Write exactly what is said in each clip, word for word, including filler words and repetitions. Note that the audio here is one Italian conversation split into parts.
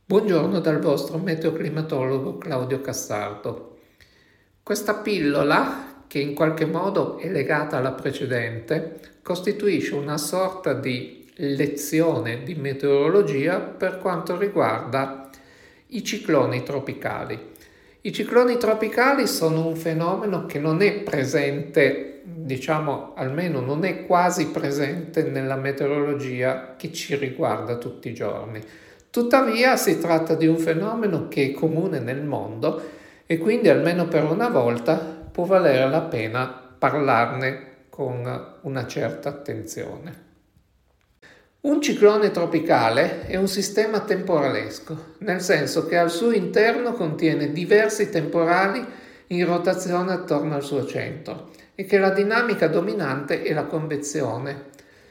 Buongiorno dal vostro meteoclimatologo Claudio Cassardo. Questa pillola, che in qualche modo è legata alla precedente, costituisce una sorta di lezione di meteorologia per quanto riguarda i cicloni tropicali. I cicloni tropicali sono un fenomeno che non è presente, diciamo almeno non è quasi presente nella meteorologia che ci riguarda tutti i giorni. Tuttavia si tratta di un fenomeno che è comune nel mondo e quindi almeno per una volta può valere la pena parlarne con una certa attenzione. Un ciclone tropicale è un sistema temporalesco, nel senso che al suo interno contiene diversi temporali in rotazione attorno al suo centro e che la dinamica dominante è la convezione.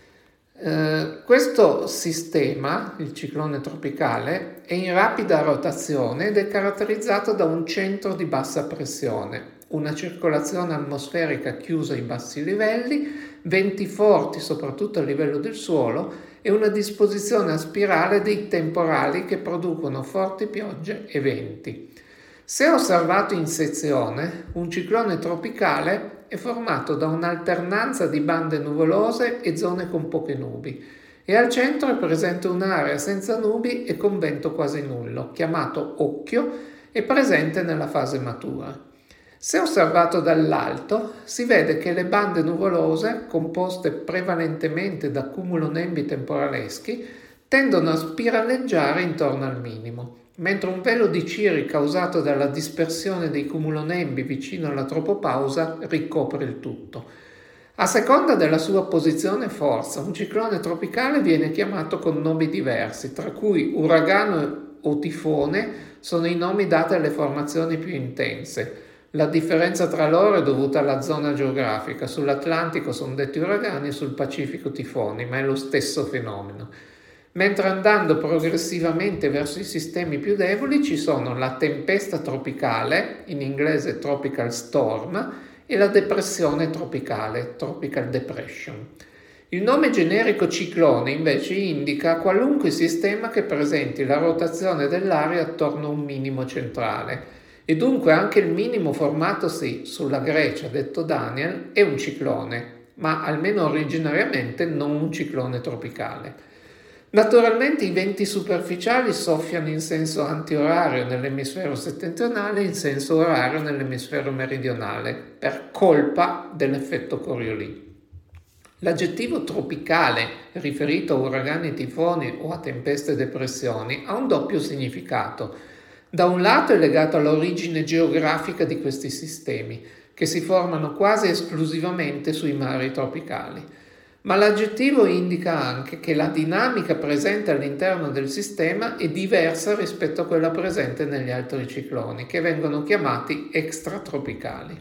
Uh, questo sistema, il ciclone tropicale, è in rapida rotazione ed è caratterizzato da un centro di bassa pressione, una circolazione atmosferica chiusa ai bassi livelli, venti forti soprattutto a livello del suolo e una disposizione a spirale dei temporali che producono forti piogge e venti. Se osservato in sezione, un ciclone tropicale è formato da un'alternanza di bande nuvolose e zone con poche nubi e al centro è presente un'area senza nubi e con vento quasi nullo, chiamato occhio, e presente nella fase matura. Se osservato dall'alto, si vede che le bande nuvolose, composte prevalentemente da cumulonembi temporaleschi, tendono a spiraleggiare intorno al minimo, mentre un velo di cirri causato dalla dispersione dei cumulonembi vicino alla tropopausa ricopre il tutto. A seconda della sua posizione e forza, un ciclone tropicale viene chiamato con nomi diversi, tra cui uragano o tifone sono i nomi dati alle formazioni più intense. La differenza tra loro è dovuta alla zona geografica. Sull'Atlantico sono detti uragani e sul Pacifico tifoni, ma è lo stesso fenomeno. Mentre andando progressivamente verso i sistemi più deboli ci sono la tempesta tropicale, in inglese tropical storm, e la depressione tropicale, tropical depression. Il nome generico ciclone invece indica qualunque sistema che presenti la rotazione dell'aria attorno a un minimo centrale e dunque anche il minimo formatosi sulla Grecia, detto Daniel, è un ciclone, ma almeno originariamente non un ciclone tropicale. Naturalmente i venti superficiali soffiano in senso antiorario nell'emisfero settentrionale e in senso orario nell'emisfero meridionale, per colpa dell'effetto Coriolis. L'aggettivo tropicale, riferito a uragani, tifoni o a tempeste e depressioni, ha un doppio significato. Da un lato è legato all'origine geografica di questi sistemi, che si formano quasi esclusivamente sui mari tropicali. Ma l'aggettivo indica anche che la dinamica presente all'interno del sistema è diversa rispetto a quella presente negli altri cicloni, che vengono chiamati extratropicali.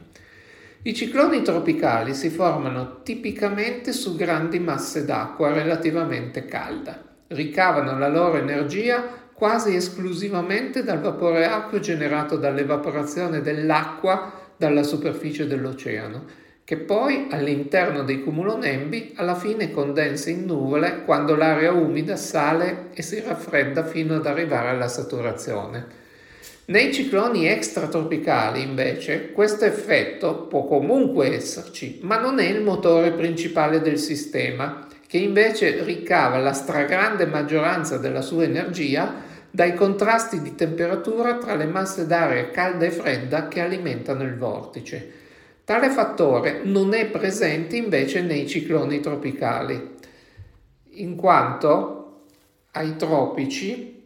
I cicloni tropicali si formano tipicamente su grandi masse d'acqua relativamente calda. Ricavano la loro energia quasi esclusivamente dal vapore acqueo generato dall'evaporazione dell'acqua dalla superficie dell'oceano, che poi all'interno dei cumulonembi alla fine condensa in nuvole quando l'aria umida sale e si raffredda fino ad arrivare alla saturazione. Nei cicloni extratropicali, invece, questo effetto può comunque esserci, ma non è il motore principale del sistema, che invece ricava la stragrande maggioranza della sua energia dai contrasti di temperatura tra le masse d'aria calda e fredda che alimentano il vortice. Tale fattore non è presente invece nei cicloni tropicali, in quanto ai tropici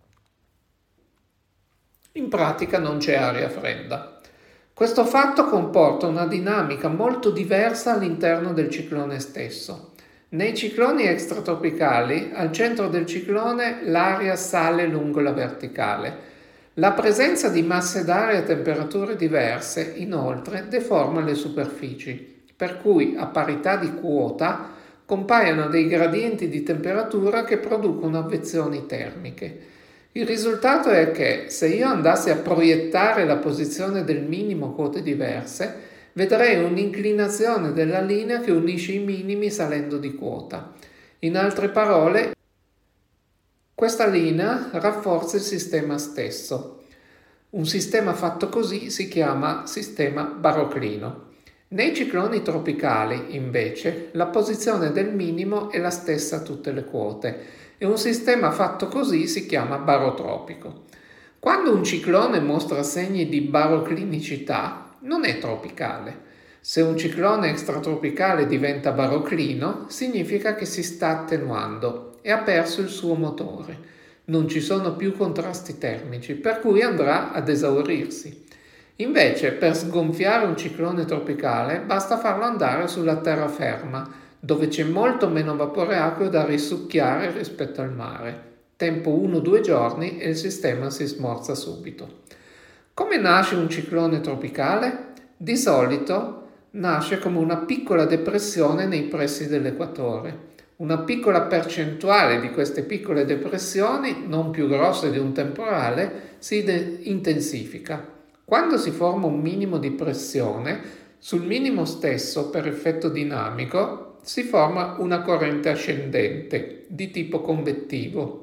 in pratica non c'è aria fredda. Questo fatto comporta una dinamica molto diversa all'interno del ciclone stesso. Nei cicloni extratropicali, al centro del ciclone l'aria sale lungo la verticale. La presenza di masse d'aria a temperature diverse, inoltre, deforma le superfici, per cui a parità di quota compaiono dei gradienti di temperatura che producono avvezioni termiche. Il risultato è che, se io andassi a proiettare la posizione del minimo a quote diverse, vedrei un'inclinazione della linea che unisce i minimi salendo di quota. In altre parole, Questa linea rafforza il sistema stesso. Un sistema fatto così si chiama sistema baroclino. Nei cicloni tropicali, invece, la posizione del minimo è la stessa a tutte le quote e un sistema fatto così si chiama barotropico. Quando un ciclone mostra segni di baroclinicità, non è tropicale. Se un ciclone extratropicale diventa baroclino, significa che si sta attenuando e ha perso il suo motore. Non ci sono più contrasti termici, per cui andrà ad esaurirsi. Invece, per sgonfiare un ciclone tropicale, basta farlo andare sulla terraferma, dove c'è molto meno vapore acqueo da risucchiare rispetto al mare. Tempo uno due giorni e il sistema si smorza subito. Come nasce un ciclone tropicale? Di solito nasce come una piccola depressione nei pressi dell'equatore. Una piccola percentuale di queste piccole depressioni, non più grosse di un temporale, si de- intensifica. Quando si forma un minimo di pressione, sul minimo stesso, per effetto dinamico, si forma una corrente ascendente di tipo convettivo.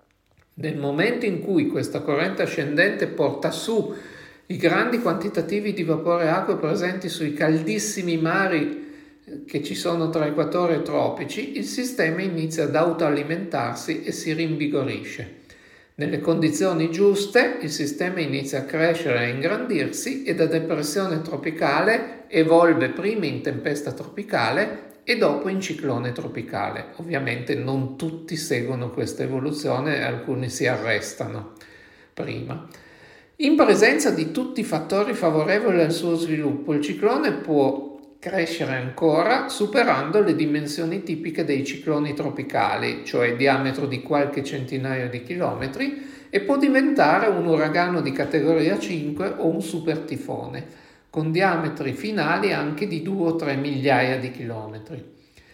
Nel momento in cui questa corrente ascendente porta su i grandi quantitativi di vapore acqueo presenti sui caldissimi mari che ci sono tra equatore e tropici, il sistema inizia ad autoalimentarsi e si rinvigorisce. Nelle condizioni giuste il sistema inizia a crescere e a ingrandirsi e da depressione tropicale evolve prima in tempesta tropicale e dopo in ciclone tropicale. Ovviamente non tutti seguono questa evoluzione e alcuni si arrestano prima. In presenza di tutti i fattori favorevoli al suo sviluppo, il ciclone può crescere ancora superando le dimensioni tipiche dei cicloni tropicali, cioè diametro di qualche centinaio di chilometri, e può diventare un uragano di categoria cinque o un supertifone, con diametri finali anche di due o tre migliaia di chilometri.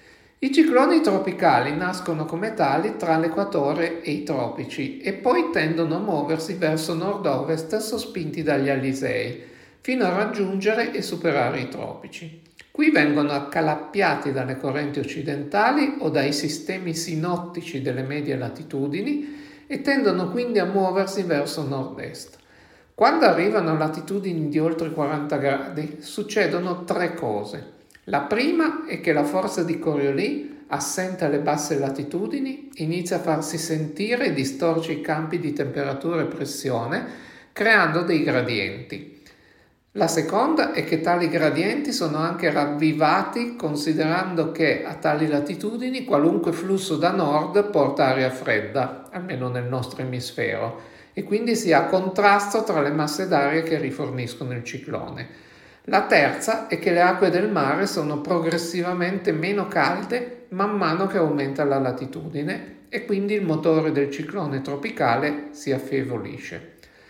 I cicloni tropicali nascono come tali tra l'equatore e i tropici e poi tendono a muoversi verso nord-ovest sospinti dagli alisei, fino a raggiungere e superare i tropici. Qui vengono accalappiati dalle correnti occidentali o dai sistemi sinottici delle medie latitudini e tendono quindi a muoversi verso nord-est. Quando arrivano a latitudini di oltre quaranta gradi succedono tre cose. La prima è che la forza di Coriolis, assente alle basse latitudini, inizia a farsi sentire e distorce i campi di temperatura e pressione, creando dei gradienti. La seconda è che tali gradienti sono anche ravvivati considerando che a tali latitudini qualunque flusso da nord porta aria fredda, almeno nel nostro emisfero, e quindi si ha contrasto tra le masse d'aria che riforniscono il ciclone. La terza è che le acque del mare sono progressivamente meno calde man mano che aumenta la latitudine e quindi il motore del ciclone tropicale si affievolisce.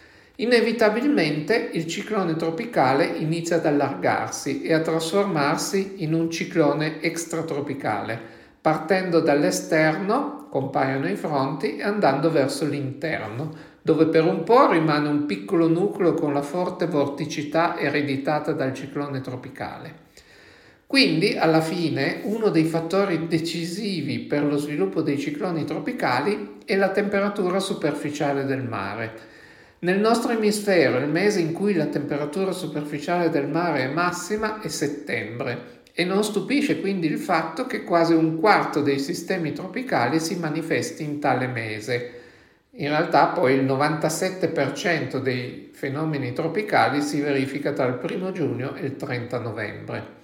Inevitabilmente il ciclone tropicale inizia ad allargarsi e a trasformarsi in un ciclone extratropicale, partendo dall'esterno, compaiono i fronti, e andando verso l'interno, dove per un po' rimane un piccolo nucleo con la forte vorticità ereditata dal ciclone tropicale. Quindi, alla fine, uno dei fattori decisivi per lo sviluppo dei cicloni tropicali è la temperatura superficiale del mare. Nel nostro emisfero il mese in cui la temperatura superficiale del mare è massima è settembre e non stupisce quindi il fatto che quasi un quarto dei sistemi tropicali si manifesti in tale mese. In realtà poi il novantasette per cento dei fenomeni tropicali si verifica tra il primo giugno e il trenta novembre.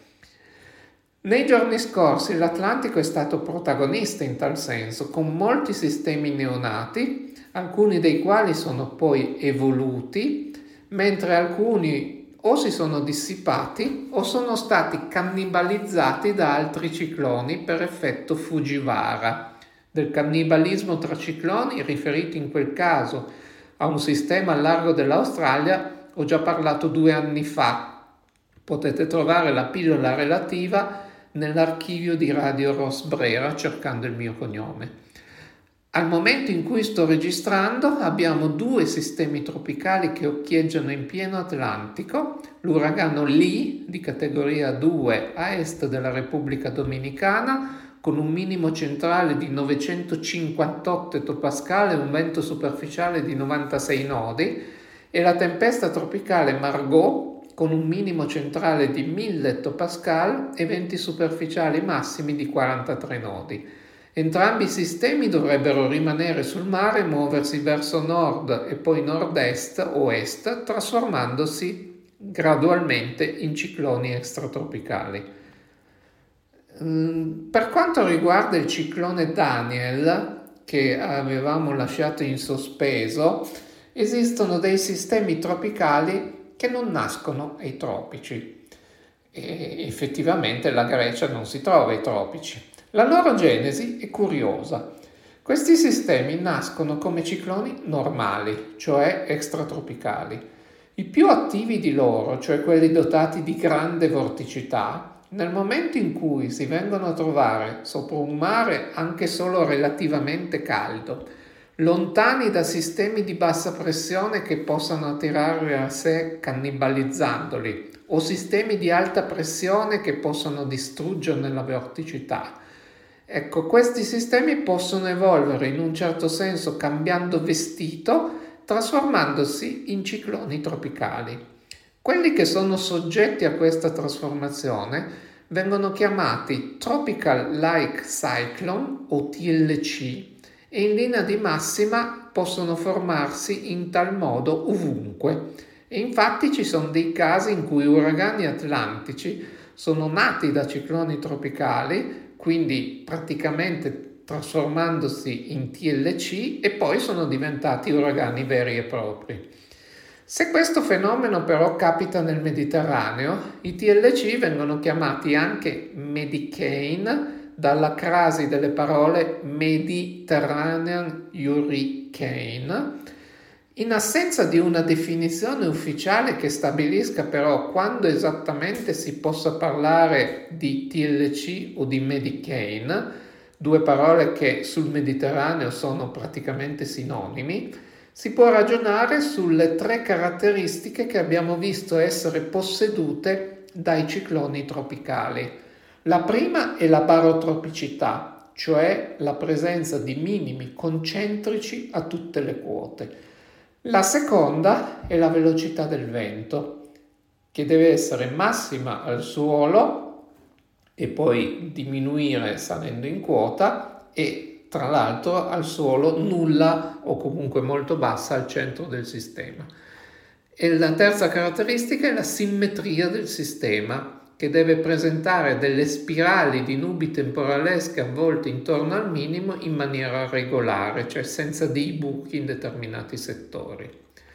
Nei giorni scorsi l'Atlantico è stato protagonista in tal senso, con molti sistemi neonati, alcuni dei quali sono poi evoluti, mentre alcuni o si sono dissipati o sono stati cannibalizzati da altri cicloni per effetto Fujiwara. Del cannibalismo tra cicloni, riferito in quel caso a un sistema al largo dell'Australia, ho già parlato due anni fa. Potete trovare la pillola relativa nell'archivio di Radio Ros Brera cercando il mio cognome. Al momento in cui sto registrando abbiamo due sistemi tropicali che occhieggiano in pieno Atlantico, l'uragano Lee di categoria due a est della Repubblica Dominicana, con un minimo centrale di novecentocinquantotto ettopascal e un vento superficiale di novantasei nodi, e la tempesta tropicale Margot con un minimo centrale di mille ettopascal e venti superficiali massimi di quarantatré nodi. Entrambi i sistemi dovrebbero rimanere sul mare e muoversi verso nord e poi nord-est o est, trasformandosi gradualmente in cicloni extratropicali. Per quanto riguarda il ciclone Daniel, che avevamo lasciato in sospeso, esistono dei sistemi tropicali che non nascono ai tropici. E effettivamente la Grecia non si trova ai tropici. La loro genesi è curiosa. Questi sistemi nascono come cicloni normali, cioè extratropicali. I più attivi di loro, cioè quelli dotati di grande vorticità, nel momento in cui si vengono a trovare sopra un mare anche solo relativamente caldo, lontani da sistemi di bassa pressione che possano attirare a sé cannibalizzandoli, o sistemi di alta pressione che possono distruggerne la vorticità. Ecco, questi sistemi possono evolvere in un certo senso cambiando vestito, trasformandosi in cicloni tropicali. Quelli che sono soggetti a questa trasformazione vengono chiamati Tropical Like Cyclone o T L C e in linea di massima possono formarsi in tal modo ovunque. E infatti ci sono dei casi in cui uragani atlantici sono nati da cicloni tropicali, quindi praticamente trasformandosi in T L C, e poi sono diventati uragani veri e propri. Se questo fenomeno però capita nel Mediterraneo, i T L C vengono chiamati anche Medicane, dalla crasi delle parole Mediterranean Hurricane. In assenza di una definizione ufficiale che stabilisca però quando esattamente si possa parlare di T L C o di Medicane, due parole che sul Mediterraneo sono praticamente sinonimi, si può ragionare sulle tre caratteristiche che abbiamo visto essere possedute dai cicloni tropicali. La prima è la barotropicità, cioè la presenza di minimi concentrici a tutte le quote. La seconda è la velocità del vento, che deve essere massima al suolo e poi diminuire salendo in quota, e tra l'altro al suolo nulla o comunque molto bassa al centro del sistema. E la terza caratteristica è la simmetria del sistema, che deve presentare delle spirali di nubi temporalesche avvolte intorno al minimo in maniera regolare, cioè senza dei buchi in determinati settori.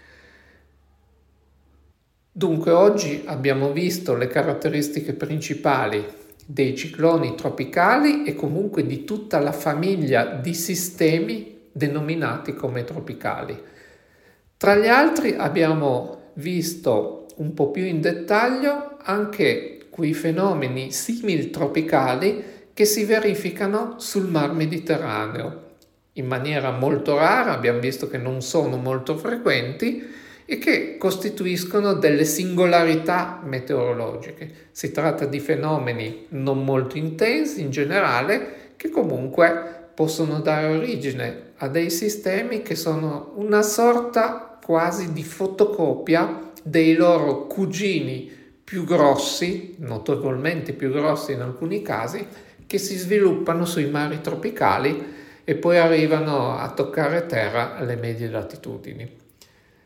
Dunque oggi abbiamo visto le caratteristiche principali dei cicloni tropicali e comunque di tutta la famiglia di sistemi denominati come tropicali. Tra gli altri abbiamo visto un po' più in dettaglio anche quei fenomeni simil-tropicali che si verificano sul Mar Mediterraneo. In maniera molto rara, abbiamo visto che non sono molto frequenti e che costituiscono delle singolarità meteorologiche. Si tratta di fenomeni non molto intensi in generale, che comunque possono dare origine a dei sistemi che sono una sorta quasi di fotocopia dei loro cugini più grossi, notevolmente più grossi in alcuni casi, che si sviluppano sui mari tropicali e poi arrivano a toccare terra alle medie latitudini.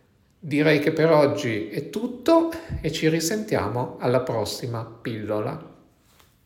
Direi che per oggi è tutto e ci risentiamo alla prossima pillola.